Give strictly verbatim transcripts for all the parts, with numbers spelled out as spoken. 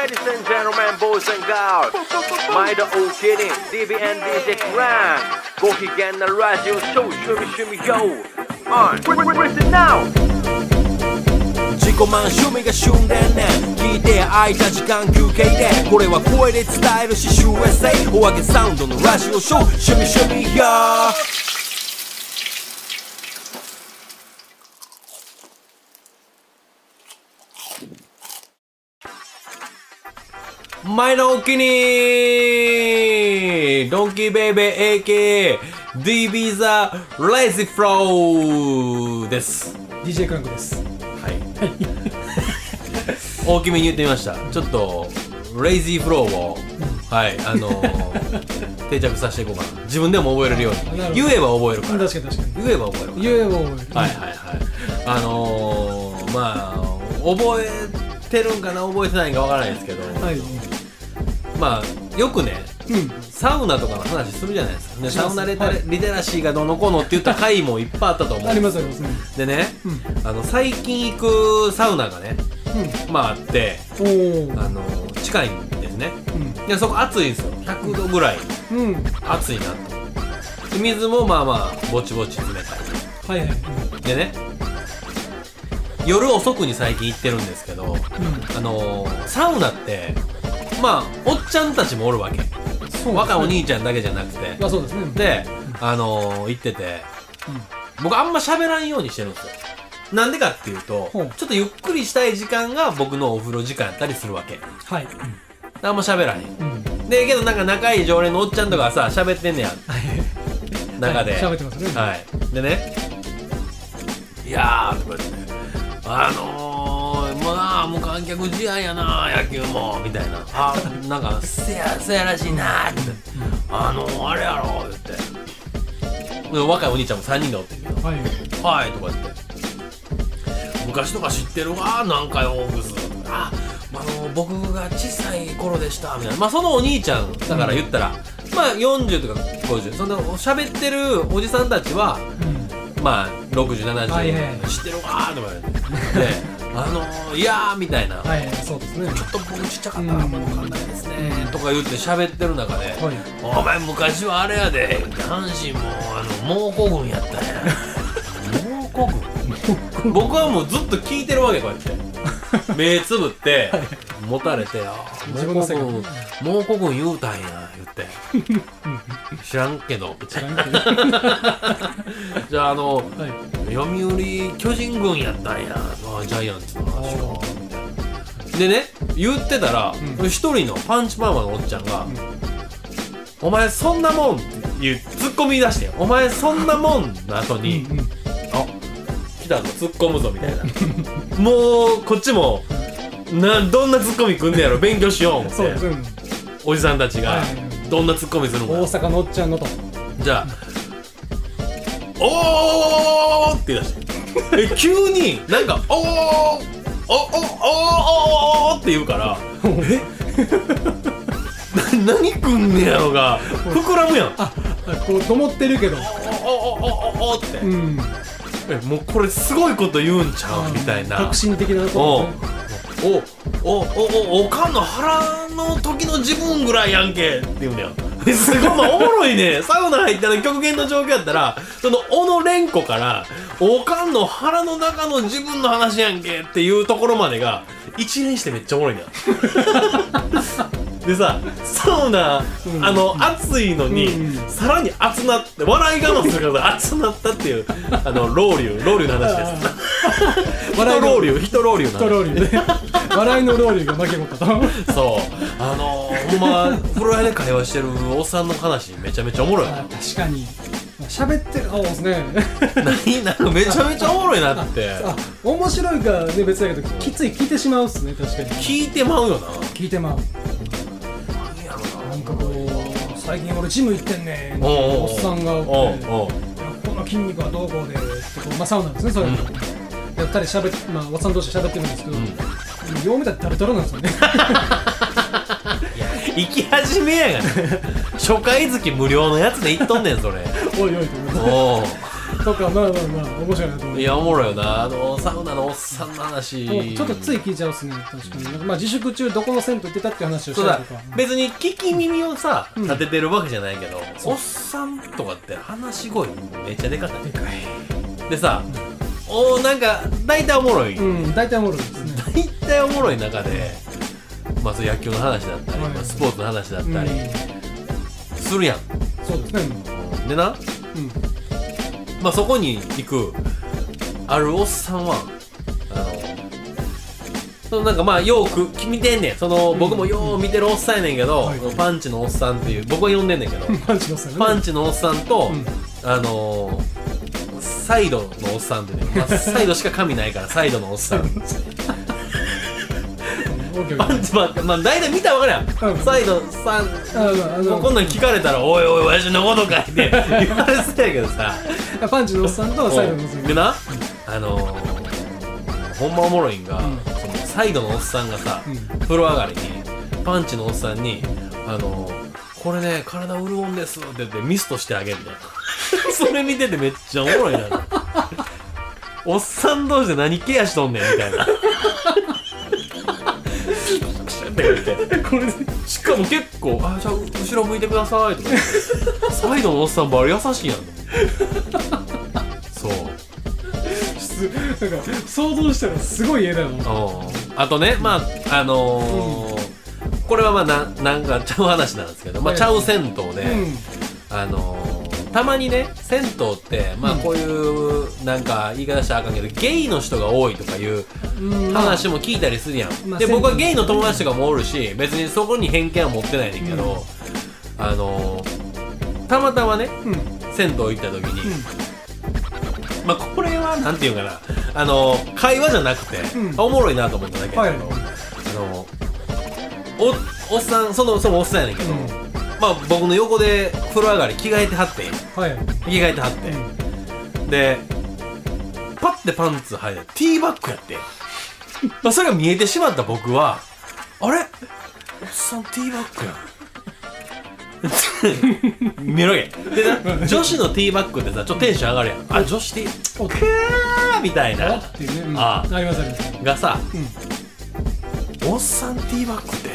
Ladies and gentlemen, boys and girls 毎度お気に ディービーエヌ ディージェー クランご機嫌なラジオショー趣味趣味 YO On Listen now 自己満趣味が旬でね聞いて空いた時間休憩でこれは声で伝えるし集エッセイお揚げサウンドのラジオショー趣味趣味 YO毎度お気にドンキーベイベー エーケーエー ディービー The Lazy Flow です。 ディージェー クランクです。 はい大きめに言ってみました。ちょっとレイジーフローを、うん、はいあのー、定着させていこうかな。自分でも覚えれるように言えば覚えるから。 確かに確かに言えば覚えるから。 言えば覚える。 はいはいはいあのー、まあ覚えてるんかな覚えてないんかわからないですけど、はい、まあよくね、うん、サウナとかの話するじゃないですか。でサウナリテラ、はい、リテラシーがどのこのって言った回もいっぱいあったと思うんです。 ありますありますね。 でね、うん、あの最近行くサウナがね、うん、まああってあの近いんですね、うん、でそこ暑いんですよ。ひゃくどぐらい、うん、暑いなと。水もまあまあぼちぼち冷たい。はいはい、うん、でね夜遅くに最近行ってるんですけど、うん、あのー、サウナってまあおっちゃんたちもおるわけ。そうですね、若いお兄ちゃんだけじゃなくて。 あ、そうですね。 で、あのー、行ってて、うん、僕あんま喋らんようにしてるんですよ。なんでかっていうと、ちょっとゆっくりしたい時間が僕のお風呂時間やったりするわけ。はい。うん、あんま喋らへん。うん、でけどなんか仲いい常連のおっちゃんとかさ喋ってんねや。中で。 喋ってますね。 はい。でね、いやーとか言って。あのー、まあ無観客試合やな野球もみたいな。あなんかせやせやらしいなってあのー、あれやろって言って若いお兄ちゃんもさんにんでおってんけどはい、はい、とか言って昔とか知ってるわ南海ホークスあ、あのー、僕が小さい頃でしたみたいな。まあそのお兄ちゃんだから言ったら、うん、まあよんじゅうとかごじゅうそんな喋ってるおじさんたちは、うん、まあろくじゅう、ななじゅう、はいはい、知ってるわーとか言ってで、あのー、いやーみたいな、はい、そうですね、ちょっと僕ちっちゃかったらもう分かんないですね、うん、とか言って喋ってる中で、はい、お前昔はあれやで阪神もあの猛虎軍やったんや猛虎軍僕はもうずっと聞いてるわけこうやって目つぶって、はい、持たれてあ自分の世界猛虎軍言うたんや言って知らんけど知らんけどじゃああの、はい、読売巨人軍やったんやあジャイアンツの話かでね言ってたら一、うん、人のパンチパーマのおっちゃんが、うん、お前そんなもんっていうツッコミ出してお前そんなもんの後にうん、うん、あ来たぞ突っ込むぞみたいなもうこっちもなどんなツッコミくんねやろ勉強しよう思ってそうです、うん、おじさんたちがどんなツッコミするのか大阪のおっちゃんのとじゃあおーって言い出してえ急になんかおーおーおーおーって言うからえな何くんねやろが膨らむやんあこうと思ってるけどおーおーおーおーって、うんえもうこれすごいこと言うんちゃうみたいな革新的なことおおおおおかんの腹の時の自分ぐらいやんけって言うんだよすごい、まあ、おもろいねサウナ入ったら極限の状況やったらその小野蓮子からおかんの腹の中の自分の話やんけっていうところまでが一連してめっちゃおもろいんだよでさサウナ、うん、あの暑いのに、うん、さらに熱なって笑い我慢するから熱なったっていうあのロウリュロウリュの話です人ロウリュ人ロウリュの話人ロウリュね笑いのロウリュが負けもったとそうあのー、ほんま風呂屋で会話してるおっさんの話めちゃめちゃおもろいあ確かに喋ってる方ですね何なんかめちゃめちゃおもろいなってあ面白いかね別だけどきつい聞いてしまうっすね確かに聞いてまうよな聞いてまうなんかこう最近俺ジム行ってんねんおっさんがおってこの筋肉はどうこうでってこう、まあ、サウナですねそれ、うん、やったりしゃべって、まあ、おっさん同士で喋ってるんですけど、うん、よう見たらダルダルなんですよね行き始めやがね初回月無料のやつで行っとんねんそれおいおいと思ってとかまあまあまあ面白いなと思う。 いやおもろいよな、あのサウナのおっさんの話。 ちょっとつい聞いちゃうっすね、確かに。なんかまあ自粛中どこの銭湯行ってたって話をしそうだたりとか。 別に聞き耳をさ、 うん立ててるわけじゃないけど、 そうおっさんとかって話し声めっちゃでかったね。 でかい。 でさ、おーなんか大体おもろい、 うん大体おもろいですね。 大体おもろい中で、まあそう野球の話だったり、 はいまあ、スポーツの話だったりうんするやん。 そうですね。 でな、 うんまあそこに行くあるおっさんはあのそのなんかまあよーく見てんねん、その、うん、僕もよー見てるおっさんやねんけど、はい、パンチのおっさんっていう僕は呼んでんねんけどパンチのおっさん、ね、 パンチのおっさんと、 うん、 あのー、サイドのおっさんってね、まあ、サイドしか髪ないからサイドのおっさんパンチ、まあ、まあ、大体見たら分かるやん、うん、サイドさん、もうこんなん聞かれたらおいおいわしのことかいって言われてたやけどさパンチのおっさんとサイドのおっさんでな、あのー、ほんまおもろいんが、うん、そのサイドのおっさんがさ、うん、風呂上がりにパンチのおっさんにあのー、これね体潤んですって言ってミストしてあげるんだよそれ見ててめっちゃおもろいなおっさん同士で何ケアしとんねんみたいなって言ってこれしかも結構あじゃあ後ろ向いてくださいとか言ってサイドのおっさんバリ優しいやんそうなんか想像したらすごい絵だよな。 あとねまああのーうん、これはまあななんかちゃう話なんですけど、まあ、ちゃう銭湯で、うん、あのー、たまにね銭湯ってまあこういう、うん、なんか言い方したらあかんけどゲイの人が多いとかいう話も聞いたりするやん、まあ、で僕はゲイの友達とかもおるし別にそこに偏見は持ってないねんけど、うん、あのー、たまたまね、うん、銭湯行った時に、うん、まあこれはなんていうかなあのー、会話じゃなくて、うん、おもろいなと思っただけだけど、はい、あのー、お, おっさんそのそのおっさんやねんけど、うん、まあ僕の横で風呂上がり着替えてはって、はい、着替えてはって、うん、でパッてパンツ履いてティーバッグやってまあそれが見えてしまった僕はあれおっさんティーバッグやん見ろけでな女子のティーバッグってさちょっとテンション上がるやんあ女子ティーバッグみたいなっていうね、うん、あありますありますがさ、うん、おっさんティーバッグって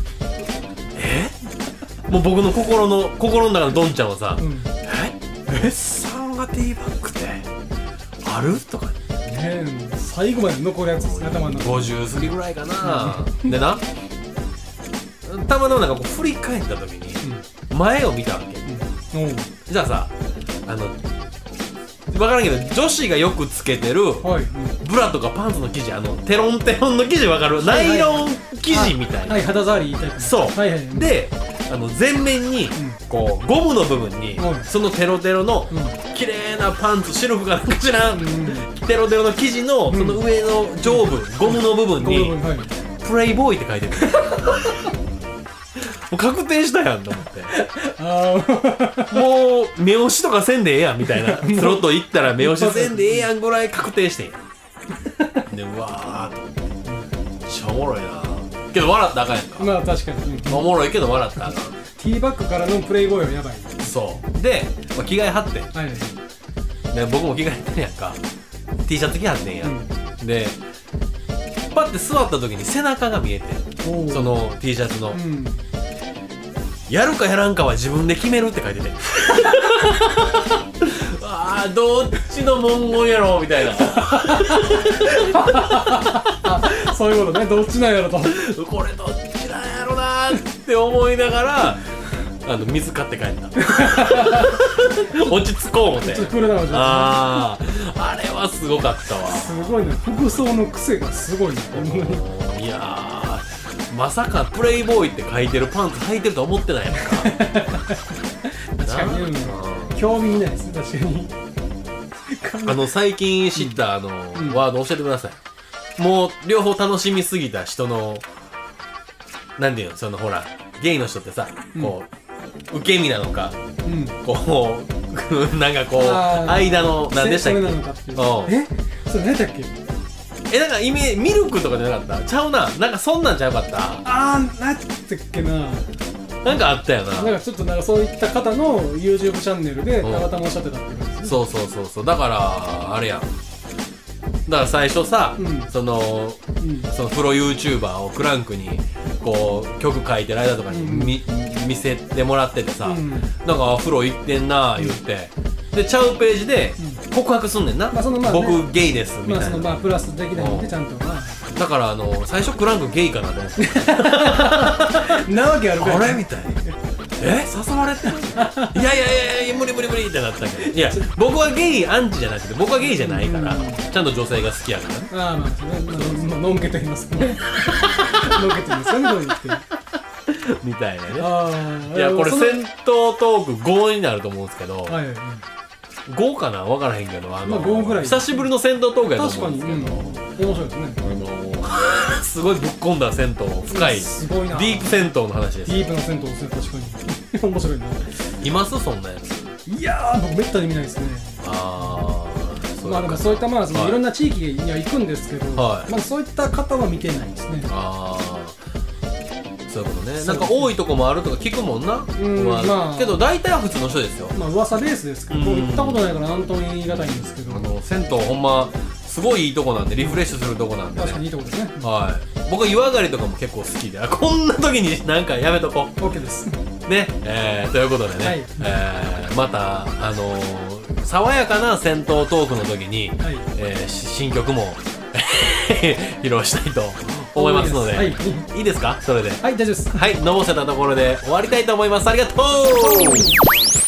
えもう僕の心の心の中のドンちゃんはさ、うん、えおっさんがティーバッグってあるとかねえ最後まで残るやつですね頭の中ごじゅう過ぎぐらいかなでなたまたまなんかこう振り返った時に前を見たわけ、うん、じゃあさあの分からんけど女子がよくつけてる、はい、ブラとかパンツの生地あのテロンテロンの生地分かる、はいはい、ナイロン生地みたいな、 はい、肌触りタイプそう、はいはい、であの前面に、うん、こうゴムの部分に、うん、そのテロテロの、うん、綺麗なパンツシルクかなんか知らん、うん、テロテロの生地の、うん、その上の上部、うん、ゴムの部分に、はい、プレイボーイって書いてるもう確定したやんと思ってあもう目押しとかせんでええやんみたいなスロット行ったら目押しせんでええやんぐらい確定してんやんでうわーと思ってめっちゃおもろいなけど笑ったらあかんやんかまあ確かに、 うん、おもろいけど笑ったらあかんティーバッグからのプレイボーイはやばいそうで、まあ、着替えはって、はいはい、で僕も着替えてんやんか T シャツ着はってんや、うん、でパッて座った時に背中が見えてその T シャツの、うんやるかやらんかは自分で決めるって書いててあーどっちの文言やろみたいなそういうことねどっちなんやろとこれどっちなんやろなって思いながらあの水買って帰った落ち着こう思ってあーあれはすごかったわすごいね服装の癖がすごいねいやーまさかプレイボーイって書いてるパンツ履いてると思ってないのか確かに、うん、興味ないですね確かにあの最近知った、うん、あの、うん、ワード教えてくださいもう両方楽しみすぎた人のなんていうのそのほらゲイの人ってさ、うん、こう受け身なのか、うん、こうなんかこう間の何でしたっけそれなのかっていうえそれ何だっけえなんかイメージミルクとかじゃなかったちゃうななんかそんなんちゃうかったあーなんだっけななんかあったよな。 なんかちょっとなんかそういった方の YouTube チャンネルでたまたまおっしゃってたっていう感じですね。 そうそうそうそう。だからあれやん。だから最初さ、うん、その、うん、そのプロ YouTuber をクランクにこう曲書いてる間とかに見、うん、見せてもらっててさ、うん、なんか風呂行ってんなー言って、うん、でちゃうページで告白すんねんな、まあそのまあね、僕ゲイですみたいな、まあそのまあプラスできないんでちゃんとな。 だからあの最初クランクゲイかなと思ってなわけあるかあれみたいなえ誘われてるいやいやいやいや無理無理無理ってなったけど、いや僕はゲイアンチじゃなくて僕はゲイじゃないから、うん、ちゃんと女性が好きやからね。 ああまあそれまあのんけと言いますねのんけと言いますかねこう言ってみたいなね。あいやこれ戦闘トークごになると思うんですけど、はいはいはい、ごかな分からへんけど、あの、まあ、ごぐらい久しぶりの戦闘トークやと思うんですけど、 確かに、うん、面白いですね。あのすごいぶっ込んだ銭湯、深いすごいなディープ銭湯の話です。 ディープな銭湯ですね、確かに面白いな。 いますそんなやつ。 いやー僕めったに見ないですね。ああまあでもそういったまあその、はい、いろんな地域には行くんですけど、はい、まあそういった方は見てないですね。ああそういうことね。なんか多いとこもあるとか聞くもんな。うん、まあ、まあ、けど大体は普通の人ですよ。 まあ噂ベースですけど、僕行ったことないから何とも言い難いんですけど。 あの銭湯ほんますごいいいとこなんでリフレッシュするとこなんで、ね。 確かにいいとこですね。 はい。僕は湯上がりとかも結構好きで、こんな時になんかやめとこう。 OK です。 ね、えー、ということでね、はい、えー、またあのー、爽やかな銭湯トークの時に、はい、えー、新曲も披露したいと思いますので、はい、いいですかそれで。 はい大丈夫です。 はい、のぼせたところで終わりたいと思います。ありがとう。